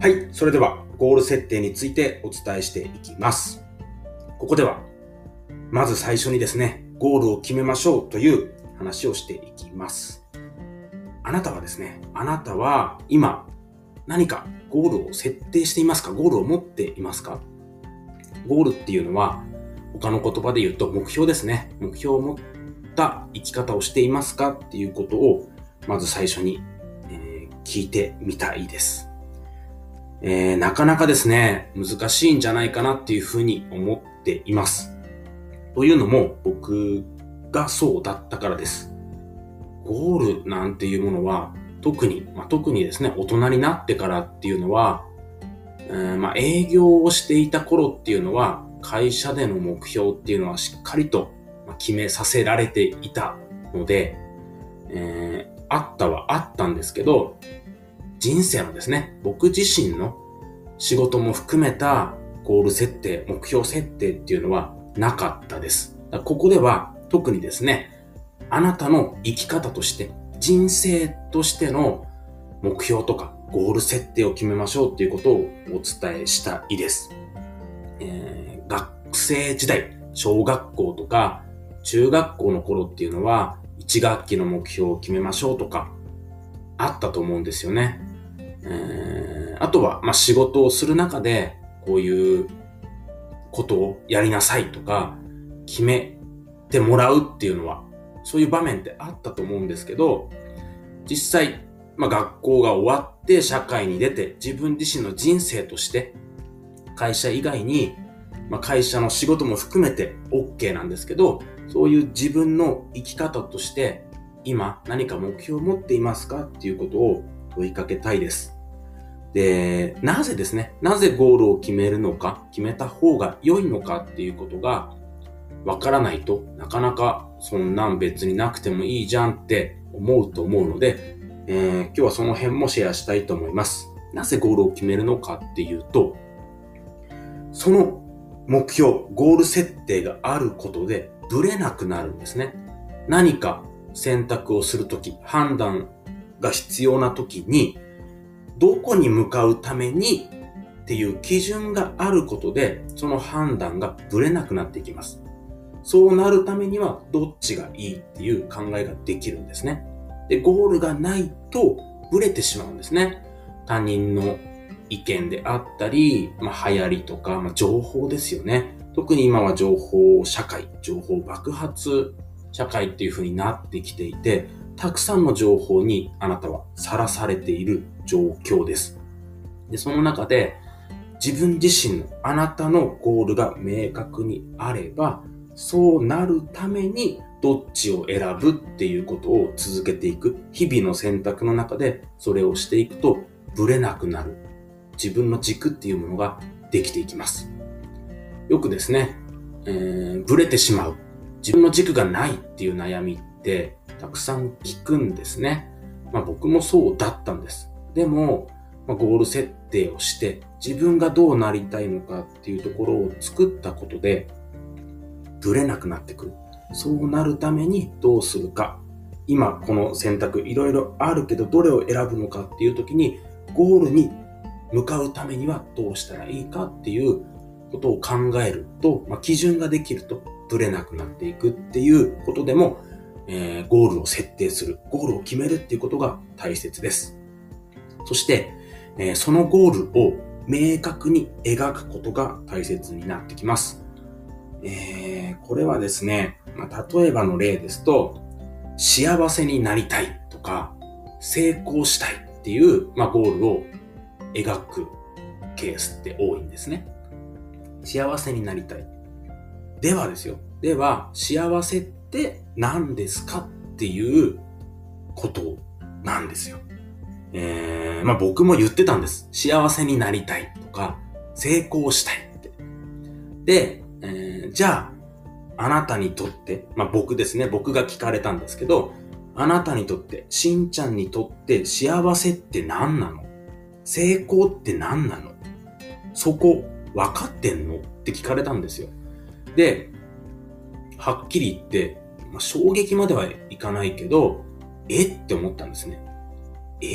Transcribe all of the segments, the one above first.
はい、それではゴール設定についてお伝えしていきます。ここでは、まず最初にですね、ゴールを決めましょうという話をしていきます。あなたは今何かゴールを設定していますか？ゴールを持っていますか？ゴールっていうのは他の言葉で言うと目標ですね。目標を持った生き方をしていますかっていうことをまず最初に、聞いてみたいです。なかなかですね、難しいんじゃないかなっていうふうに思っています。というのも僕がそうだったからです。ゴールなんていうものは特にですね、大人になってからっていうのは、営業をしていた頃っていうのは会社での目標っていうのはしっかりと決めさせられていたので、あったんですけど、人生のですね、僕自身の仕事も含めたゴール設定、目標設定っていうのはなかったです。ここでは特にですね、あなたの生き方として、人生としての目標とかゴール設定を決めましょうっていうことをお伝えしたいです。学生時代、小学校とか中学校の頃っていうのは1学期の目標を決めましょうとかあったと思うんですよね。あとは、仕事をする中でこういうことをやりなさいとか決めてもらうっていうのはそういう場面ってあったと思うんですけど、実際、学校が終わって社会に出て自分自身の人生として会社以外に、会社の仕事も含めて OK なんですけど、そういう自分の生き方として今何か目標を持っていますかっていうことを問いかけたいです。で、なぜゴールを決めるのか、決めた方が良いのかっていうことがわからないと、なかなかそんなん別になくてもいいじゃんって思うと思うので、今日はその辺もシェアしたいと思います。なぜゴールを決めるのかっていうと、その目標、ゴール設定があることでブレなくなるんですね。何か選択をするとき、判断が必要なときに、どこに向かうためにっていう基準があることで、その判断がブレなくなっていきます。そうなるためにはどっちがいいっていう考えができるんですね。で、ゴールがないとブレてしまうんですね。他人の意見であったり、流行りとか、情報ですよね。特に今は情報社会、情報爆発社会っていう風になってきていて、たくさんの情報にあなたはさらされている状況です。で、その中で自分自身のあなたのゴールが明確にあれば、そうなるためにどっちを選ぶっていうことを続けていく。日々の選択の中でそれをしていくとブレなくなる。自分の軸っていうものができていきます。よくですね、ブレてしまう。自分の軸がないっていう悩みってたくさん聞くんですね。僕もそうだったんです。でも、ゴール設定をして自分がどうなりたいのかっていうところを作ったことでブレなくなってくる。そうなるためにどうするか。今この選択いろいろあるけどどれを選ぶのかっていう時にゴールに向かうためにはどうしたらいいかっていうことを考えると、基準ができるとブレなくなっていくっていうことでも、ゴールを設定する、ゴールを決めるっていうことが大切です。そして、そのゴールを明確に描くことが大切になってきます。これはですね、例えばの例ですと、幸せになりたいとか、成功したいっていう、ゴールを描くケースって多いんですね。幸せになりたい。では、幸せって何ですかっていうことなんですよ。僕も言ってたんです。幸せになりたいとか、成功したいって。で、じゃあ、あなたにとって、僕ですね、僕が聞かれたんですけど、あなたにとって、しんちゃんにとって幸せって何なの？成功って何なの？そこ分かってんの？って聞かれたんですよ。で、はっきり言って、衝撃まではいかないけど、って思ったんですね。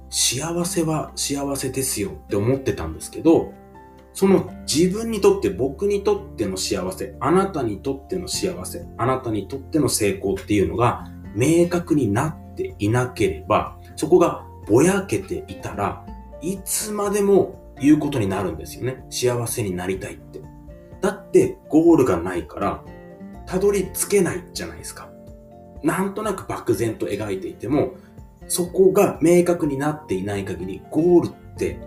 幸せは幸せですよって思ってたんですけど、その自分にとって、僕にとっての幸せ、あなたにとっての幸せ、あなたにとっての成功っていうのが明確になっていなければ、そこがぼやけていたらいつまでも言うことになるんですよね。幸せになりたいって。だってゴールがないからたどり着けないじゃないですか。なんとなく漠然と描いていても、そこが明確になっていない限りゴールって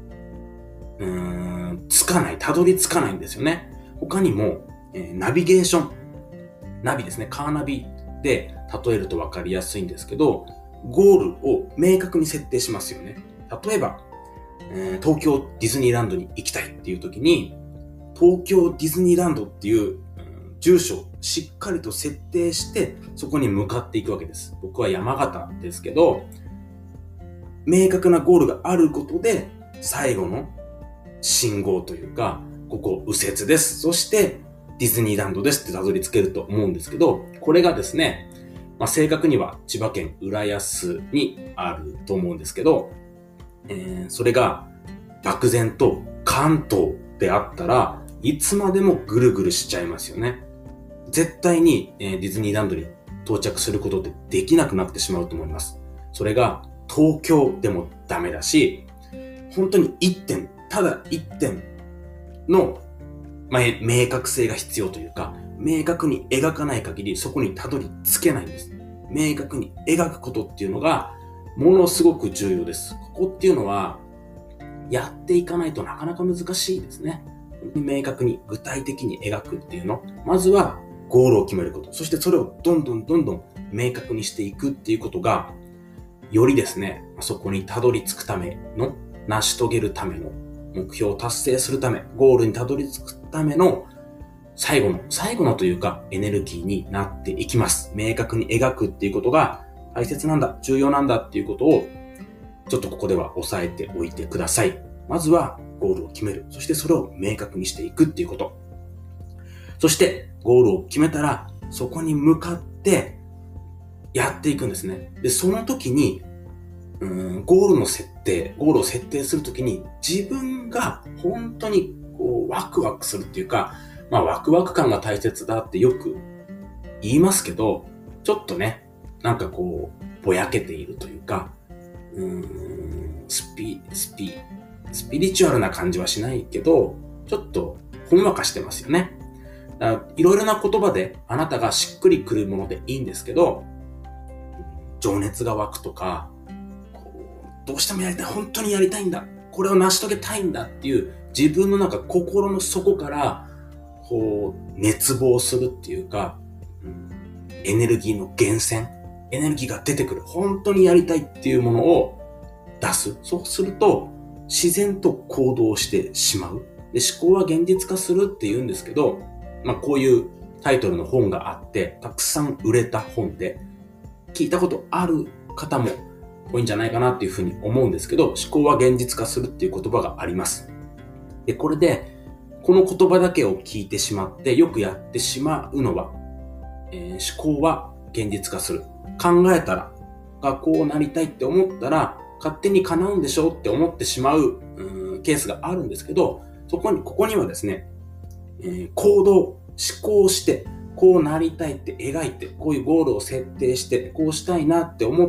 たどり着かないんですよね。他にも、ナビゲーション、ナビですね、カーナビで例えると分かりやすいんですけど、ゴールを明確に設定しますよね。例えば、東京ディズニーランドに行きたいっていう時に、東京ディズニーランドっていう、住所をしっかりと設定してそこに向かっていくわけです。僕は山形ですけど、明確なゴールがあることで最後の信号というか、ここ右折です。そしてディズニーランドですってたどり着けると思うんですけど、これがですね、正確には千葉県浦安にあると思うんですけど、それが漠然と関東であったらいつまでもぐるぐるしちゃいますよね。絶対にディズニーランドに到着することってできなくなってしまうと思います。それが東京でもダメだし、本当にただ一点の、明確性が必要というか、明確に描かない限りそこにたどり着けないんです。明確に描くことっていうのがものすごく重要です。ここっていうのはやっていかないとなかなか難しいですね。明確に具体的に描くっていうの、まずはゴールを決めること、そしてそれをどんどん明確にしていくっていうことが、よりですね、そこにたどり着くための、成し遂げるための、目標を達成するため、ゴールにたどり着くための最後のというかエネルギーになっていきます。明確に描くっていうことが大切なんだ、重要なんだっていうことをちょっとここでは押さえておいてください。まずはゴールを決める。そしてそれを明確にしていくっていうこと。そしてゴールを決めたらそこに向かってやっていくんですね。で、その時にゴールを設定するときに自分が本当にワクワクするっていうか、ワクワク感が大切だってよく言いますけど、ちょっとね、ぼやけているというか、スピリチュアルな感じはしないけど、ちょっとほんわかしてますよね。いろいろな言葉であなたがしっくりくるものでいいんですけど、情熱が湧くとか、どうしてもやりたい、本当にやりたいんだ、これを成し遂げたいんだっていう自分の心の底から熱望するっていうか、エネルギーの源泉、エネルギーが出てくる、本当にやりたいっていうものを出す。そうすると自然と行動してしまう。で、思考は現実化するって言うんですけど、こういうタイトルの本があって、たくさん売れた本で、聞いたことある方も多いんじゃないかなっていうふうに思うんですけど、思考は現実化するっていう言葉があります。で、これで、この言葉だけを聞いてしまって、よくやってしまうのは、思考は現実化する。考えたら、こうなりたいって思ったら、勝手に叶うんでしょうって思ってしまう、ケースがあるんですけど、ここにはですね、思考して、こうなりたいって描いて、こういうゴールを設定して、こうしたいなって思って、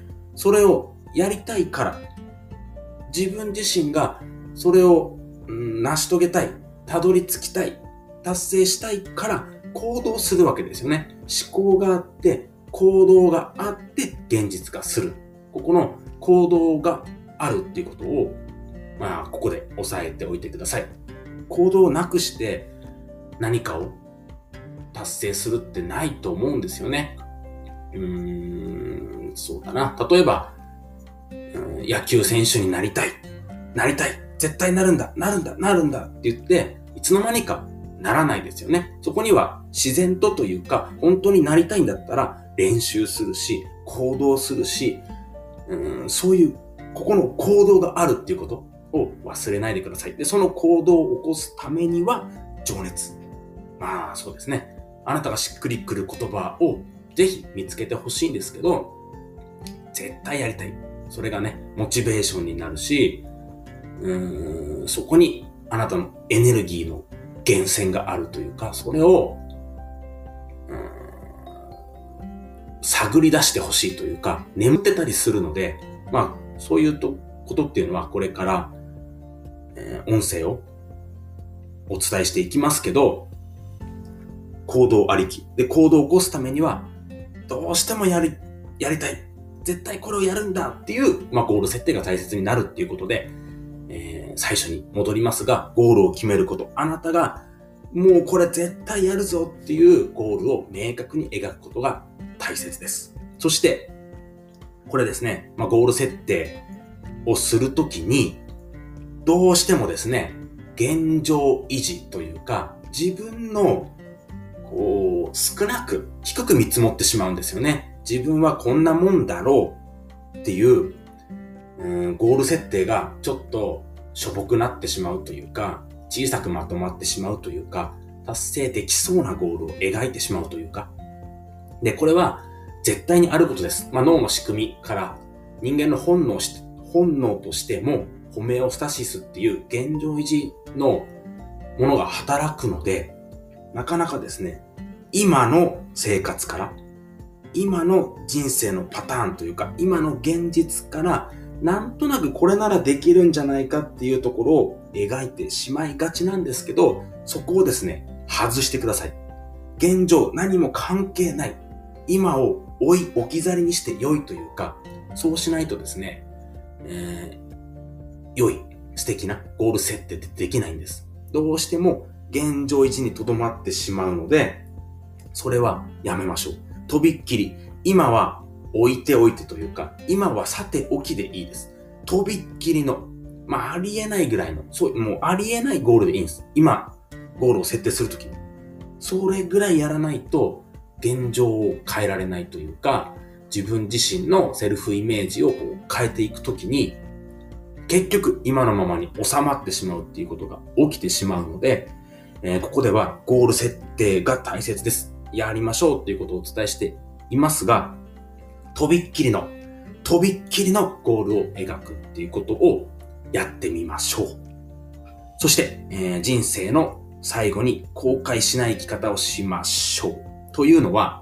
それをやりたいから、自分自身がそれを、成し遂げたい、たどり着きたい、達成したいから行動するわけですよね。思考があって、行動があって現実化する。ここの行動があるっていうことを、ここで押さえておいてください。行動をなくして何かを達成するってないと思うんですよね。そうだな。例えば、野球選手になりたい、絶対なるんだって言って、いつの間にかならないですよね。そこには自然とというか、本当になりたいんだったら練習するし、行動するし、そういう、ここの行動があるっていうことを忘れないでください。で、その行動を起こすためには、情熱。そうですね。あなたがしっくりくる言葉をぜひ見つけてほしいんですけど、絶対やりたい。 それがね、モチベーションになるし、そこにあなたのエネルギーの源泉があるというか、それを、探り出してほしいというか、眠ってたりするので、そういうことっていうのはこれから、音声をお伝えしていきますけど、行動ありき。で、行動を起こすためには、どうしてもやりたい。絶対これをやるんだっていう、ゴール設定が大切になるっていうことで、最初に戻りますが、ゴールを決めること。あなたが、もうこれ絶対やるぞっていうゴールを明確に描くことが大切です。そして、これですね、ゴール設定をするときに、どうしてもですね、現状維持というか、自分の少なく、低く見積もってしまうんですよね。自分はこんなもんだろうっていう、ゴール設定がちょっとしょぼくなってしまうというか、小さくまとまってしまうというか、達成できそうなゴールを描いてしまうというか。で、これは絶対にあることです。脳の仕組みから人間の本能としてもホメオスタシスっていう現状維持のものが働くので、なかなかですね、今の生活から、今の人生のパターンというか、今の現実から、なんとなくこれならできるんじゃないかっていうところを描いてしまいがちなんですけど、そこをですね、外してください。現状、何も関係ない。今を置き去りにして良いというか、そうしないとですね、良い、素敵なゴール設定ってできないんです。どうしても現状維持にとどまってしまうので、それはやめましょう。とびっきり、今は置いておいてというか、今はさておきでいいです。とびっきりの、ありえないぐらいの、もうありえないゴールでいいんです。今、ゴールを設定するときに。それぐらいやらないと、現状を変えられないというか、自分自身のセルフイメージを変えていくときに、結局今のままに収まってしまうっていうことが起きてしまうので、ここではゴール設定が大切です。やりましょうっていうことをお伝えしていますが、とびっきりのゴールを描くっていうことをやってみましょう。そして、人生の最後に後悔しない生き方をしましょう。というのは、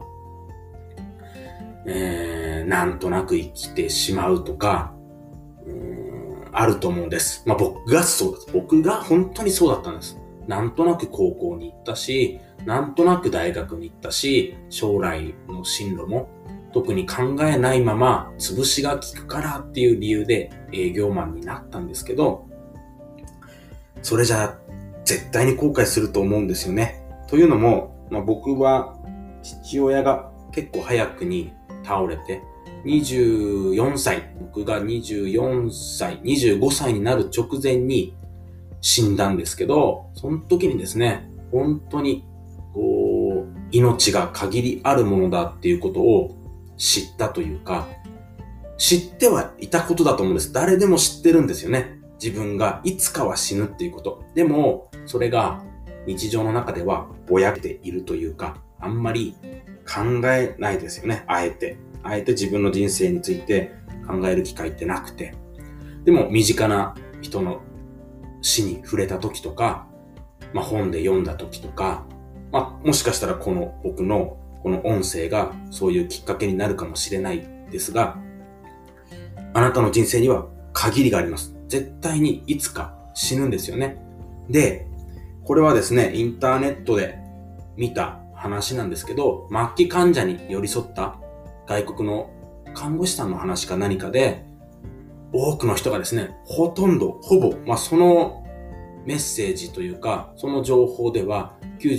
なんとなく生きてしまうとか、あると思うんです。僕がそうです。僕が本当にそうだったんです。なんとなく高校に行ったし、なんとなく大学に行ったし、将来の進路も特に考えないまま潰しが効くからっていう理由で営業マンになったんですけど、それじゃ絶対に後悔すると思うんですよね。というのも、僕は父親が結構早くに倒れて、24歳、僕が24歳、25歳になる直前に死んだんですけど、その時にですね、本当に命が限りあるものだっていうことを知ったというか、知ってはいたことだと思うんです。誰でも知ってるんですよね。自分がいつかは死ぬっていうこと。でも、それが日常の中ではぼやけているというか、あんまり考えないですよね。あえて自分の人生について考える機会ってなくて。でも、身近な人の死に触れた時とか、本で読んだ時とか、もしかしたら僕のこの音声がそういうきっかけになるかもしれないですが、あなたの人生には限りがあります。絶対にいつか死ぬんですよね。で、これはですね、インターネットで見た話なんですけど、末期患者に寄り添った外国の看護師さんの話か何かで、多くの人がですね、ほぼ、そのメッセージというか、その情報では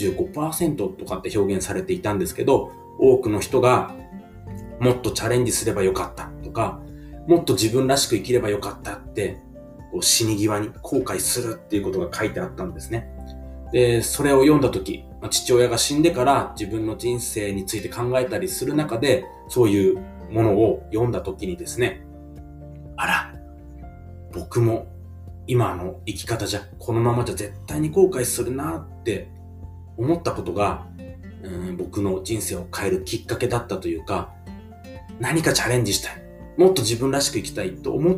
95% とかって表現されていたんですけど、多くの人がもっとチャレンジすればよかったとか、もっと自分らしく生きればよかったって、死に際に後悔するっていうことが書いてあったんですね。で、それを読んだとき、父親が死んでから自分の人生について考えたりする中で、そういうものを読んだときにですね、僕も今の生き方じゃ、このままじゃ絶対に後悔するなって思ったことが、僕の人生を変えるきっかけだったというか、何かチャレンジしたい。 もっと自分らしく生きたいと思って、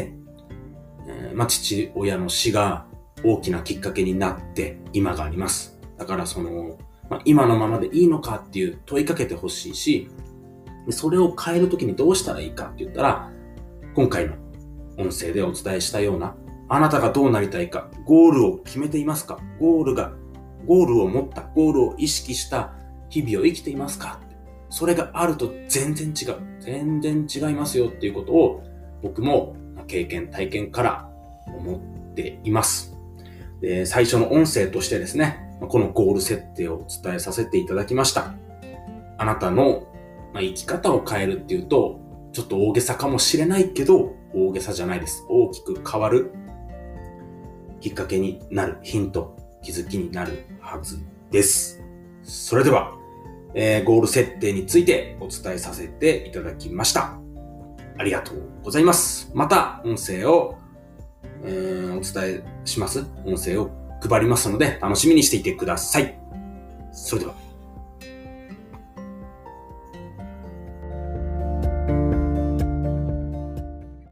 父親の死が大きなきっかけになって今があります。だから今のままでいいのかっていう問いかけてほしいし、それを変えるときにどうしたらいいかって言ったら、今回の音声でお伝えしたような、あなたがどうなりたいか、ゴールを決めていますか？ゴールを持った、ゴールを意識した日々を生きていますか？それがあると全然違う。全然違いますよっていうことを僕も経験、体験から思っています。で、最初の音声としてですね、このゴール設定をお伝えさせていただきました。あなたの生き方を変えるっていうと、ちょっと大げさかもしれないけど、大げさじゃないです。大きく変わるきっかけになるヒント、気づきになるはずです。それでは、ゴール設定についてお伝えさせていただきました。ありがとうございます。また音声を、お伝えします。音声を配りますので楽しみにしていてください。それでは。